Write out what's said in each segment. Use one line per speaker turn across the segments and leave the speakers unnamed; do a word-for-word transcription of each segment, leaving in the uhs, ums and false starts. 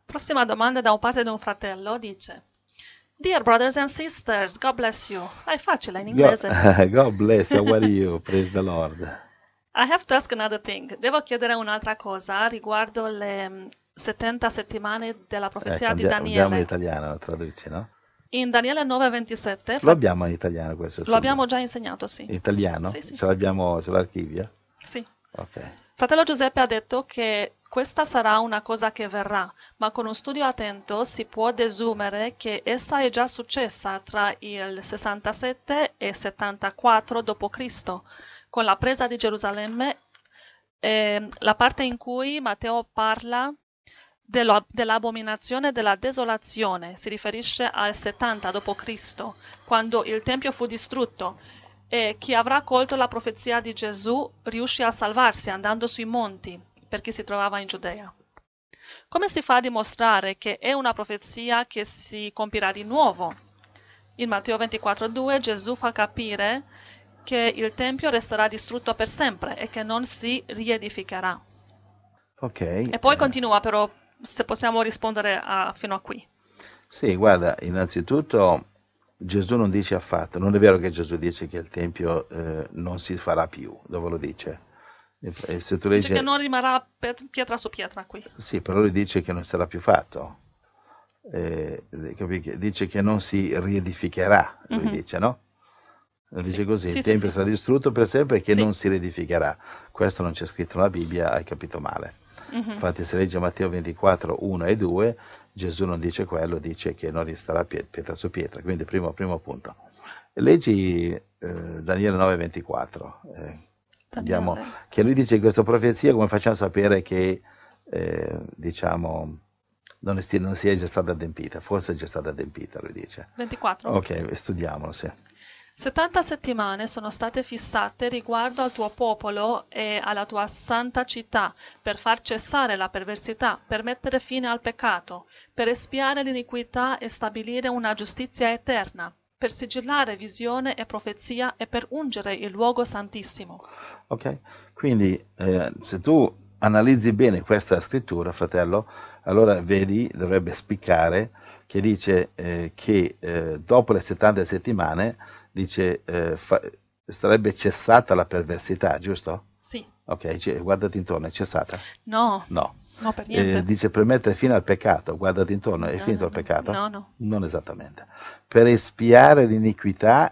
Prossima domanda da parte di un fratello, dice: Dear brothers and sisters, God bless you. È facile in
God,
inglese.
God bless you, how are you? Praise the Lord.
I have to ask another thing. Devo chiedere un'altra cosa riguardo le mm, settanta settimane della
Ecco,
profezia di
andia- andiamo in
Daniele.
italiano, lo traduci, no?
In Daniele nove ventisette,
Lo
fra-
abbiamo in italiano questo
lo abbiamo
studio.
già insegnato, sì.
In italiano?
Sì, sì,
Ce l'abbiamo, ce l'archivia?
sì.
Ok.
Fratello Giuseppe ha detto che questa sarà una cosa che verrà, ma con un studio attento si può desumere che essa è già successa tra il sessantasette e settantaquattro dopo Cristo, con la presa di Gerusalemme, eh, la parte in cui Matteo parla dello- dell'abominazione della desolazione si riferisce al settanta dopo Cristo, quando il Tempio fu distrutto e chi avrà colto la profezia di Gesù riuscì a salvarsi andando sui monti per chi si trovava in Giudea. Come si fa a dimostrare che è una profezia che si compirà di nuovo? In Matteo ventiquattro due Gesù fa capire che il Tempio resterà distrutto per sempre e che non si riedificherà.
Ok.
E poi
eh,
continua però, se possiamo rispondere a- fino a qui.
Sì, guarda, innanzitutto Gesù non dice affatto, non è vero che Gesù dice che il Tempio eh, non si farà più, dove lo dice? E f- e se tu
Dice che
leggi,
non rimarrà pe- pietra su pietra qui.
sì, però lui dice che non sarà più fatto. Eh, capi che- dice che non si riedificherà, lui
Mhm.
dice, no? Lo
Sì,
dice così, il
sì, sì,
Tempio
sì.
sarà distrutto per sempre e che
Sì.
non si riedificherà. Questo non c'è scritto nella Bibbia, hai capito male.
Mhm.
Infatti se legge Matteo ventiquattro, uno e due, Gesù non dice quello, dice che non resterà pie- pietra su pietra. Quindi primo, primo punto. Leggi eh, Daniele nove ventiquattro, eh, andiamo,
Daniele.
che lui dice questa profezia, come facciamo a sapere che eh, diciamo non, è, sti- non sia già stata adempita? Forse è già stata adempita, lui dice.
ventiquattro.
Ok, studiamolo, sì.
settanta settimane sono state fissate riguardo al tuo popolo e alla tua santa città, per far cessare la perversità, per mettere fine al peccato, per espiare l'iniquità e stabilire una giustizia eterna, per sigillare visione e profezia e per ungere il luogo santissimo.
Ok? Quindi eh, se tu analizzi bene questa scrittura, fratello, allora vedi, dovrebbe spiccare, che dice eh, che eh, dopo le settanta settimane, dice, eh, fa- sarebbe cessata la perversità, giusto?
Sì.
Ok, cioè, guardati intorno, è cessata?
No,
No.
no per
Eh,
niente.
dice per mettere fine al peccato, guardati intorno, è
No,
finito
no,
il
no,
peccato?
no, no.
Non esattamente. Per espiare l'iniquità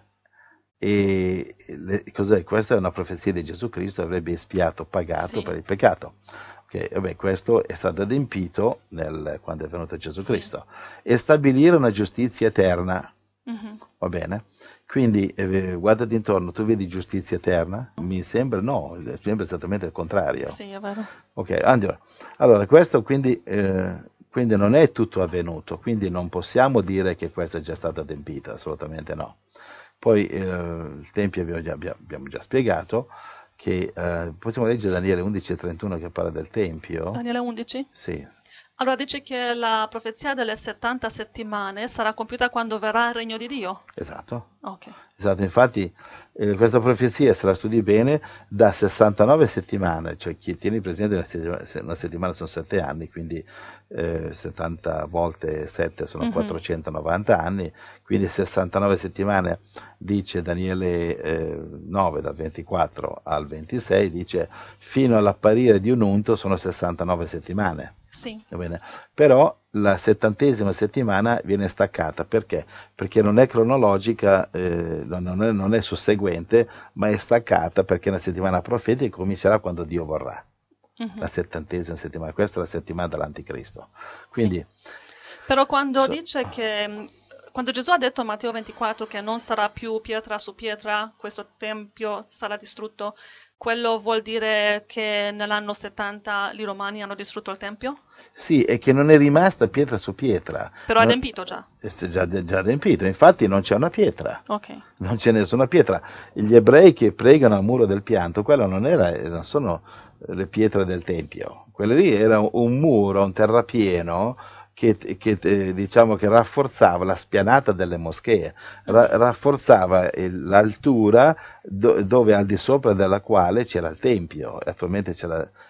e le- cos'è? Questa è una profezia di Gesù Cristo, avrebbe espiato, pagato
Sì,
per il peccato. Ok, vabbè, questo è stato adempito nel- quando è venuto Gesù
sì.
Cristo. E stabilire una giustizia eterna,
Mhm.
va bene? Quindi eh, guardati intorno, tu vedi giustizia eterna? Mi sembra no, mi sembra esattamente il contrario.
Sì, è vero.
Ok, andiamo. Allora, questo quindi, eh, quindi non è tutto avvenuto, quindi non possiamo dire che questo è già stato adempito, assolutamente no. Poi eh, il Tempio abbiamo già, abbiamo- abbiamo già spiegato che eh, possiamo leggere Daniele undici e trentuno che parla del Tempio.
Daniele undici?
Sì,
Allora dice che la profezia delle settanta settimane sarà compiuta quando verrà il regno di Dio.
esatto.
Ok.
Esatto, infatti eh, questa profezia, se la studi bene, da sessantanove settimane, cioè chi tieni presente una settimana, se- una settimana sono sette anni, quindi eh, settanta volte sette sono
Mhm.
quattrocentonovanta anni, quindi sessantanove settimane, dice Daniele eh, nove, dal ventiquattro al ventisei, dice fino all'apparire di un unto sono sessantanove settimane.
Sì,
Va bene? Però la settantesima settimana viene staccata perché? Perché non è cronologica, eh, non, è, non è susseguente, ma è staccata perché la settimana profetica comincerà quando Dio vorrà. La
mhm,
settantesima settimana, questa è la settimana dell'anticristo.
sì.
Quindi,
Però quando
so-
dice che, mh, quando Gesù ha detto a Matteo ventiquattro che non sarà più pietra su pietra, questo tempio sarà distrutto, quello vuol dire che nell'anno settanta i romani hanno distrutto il tempio?
sì, è che non è rimasta pietra su pietra,
Però è
non,
adempito già.
è già, già riempito, infatti non c'è una pietra.
Ok.
Non c'è nessuna pietra. Gli ebrei che pregano al muro del pianto, quello non, era, non sono le pietre del Tempio, quello lì era un muro, un terrapieno che, che eh, diciamo che rafforzava la spianata delle moschee, ra-
Mhm.
rafforzava il- l'altura do- dove al di sopra della quale c'era il Tempio, e attualmente c'è la,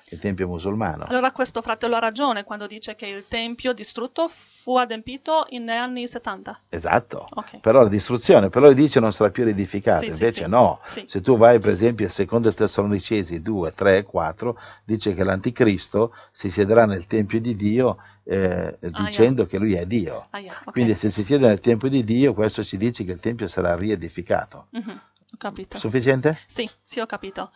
il Tempio musulmano.
Allora questo fratello ha ragione quando dice che il Tempio distrutto fu adempito in anni settanta.
Esatto,
Okay.
però la distruzione, però dice non sarà più riedificato,
Sì, sì,
invece
sì.
no,
Sì.
se tu vai per esempio a secondo Tessalonicesi due, tre e quattro, dice che l'anticristo si siederà nel Tempio di Dio eh, dicendo
yeah.
che lui è Dio,
Ah, yeah, okay.
quindi se si siede nel Tempio di Dio questo ci dice che il Tempio sarà riedificato.
Mhm, ho capito.
Sufficiente?
Sì, sì, ho capito.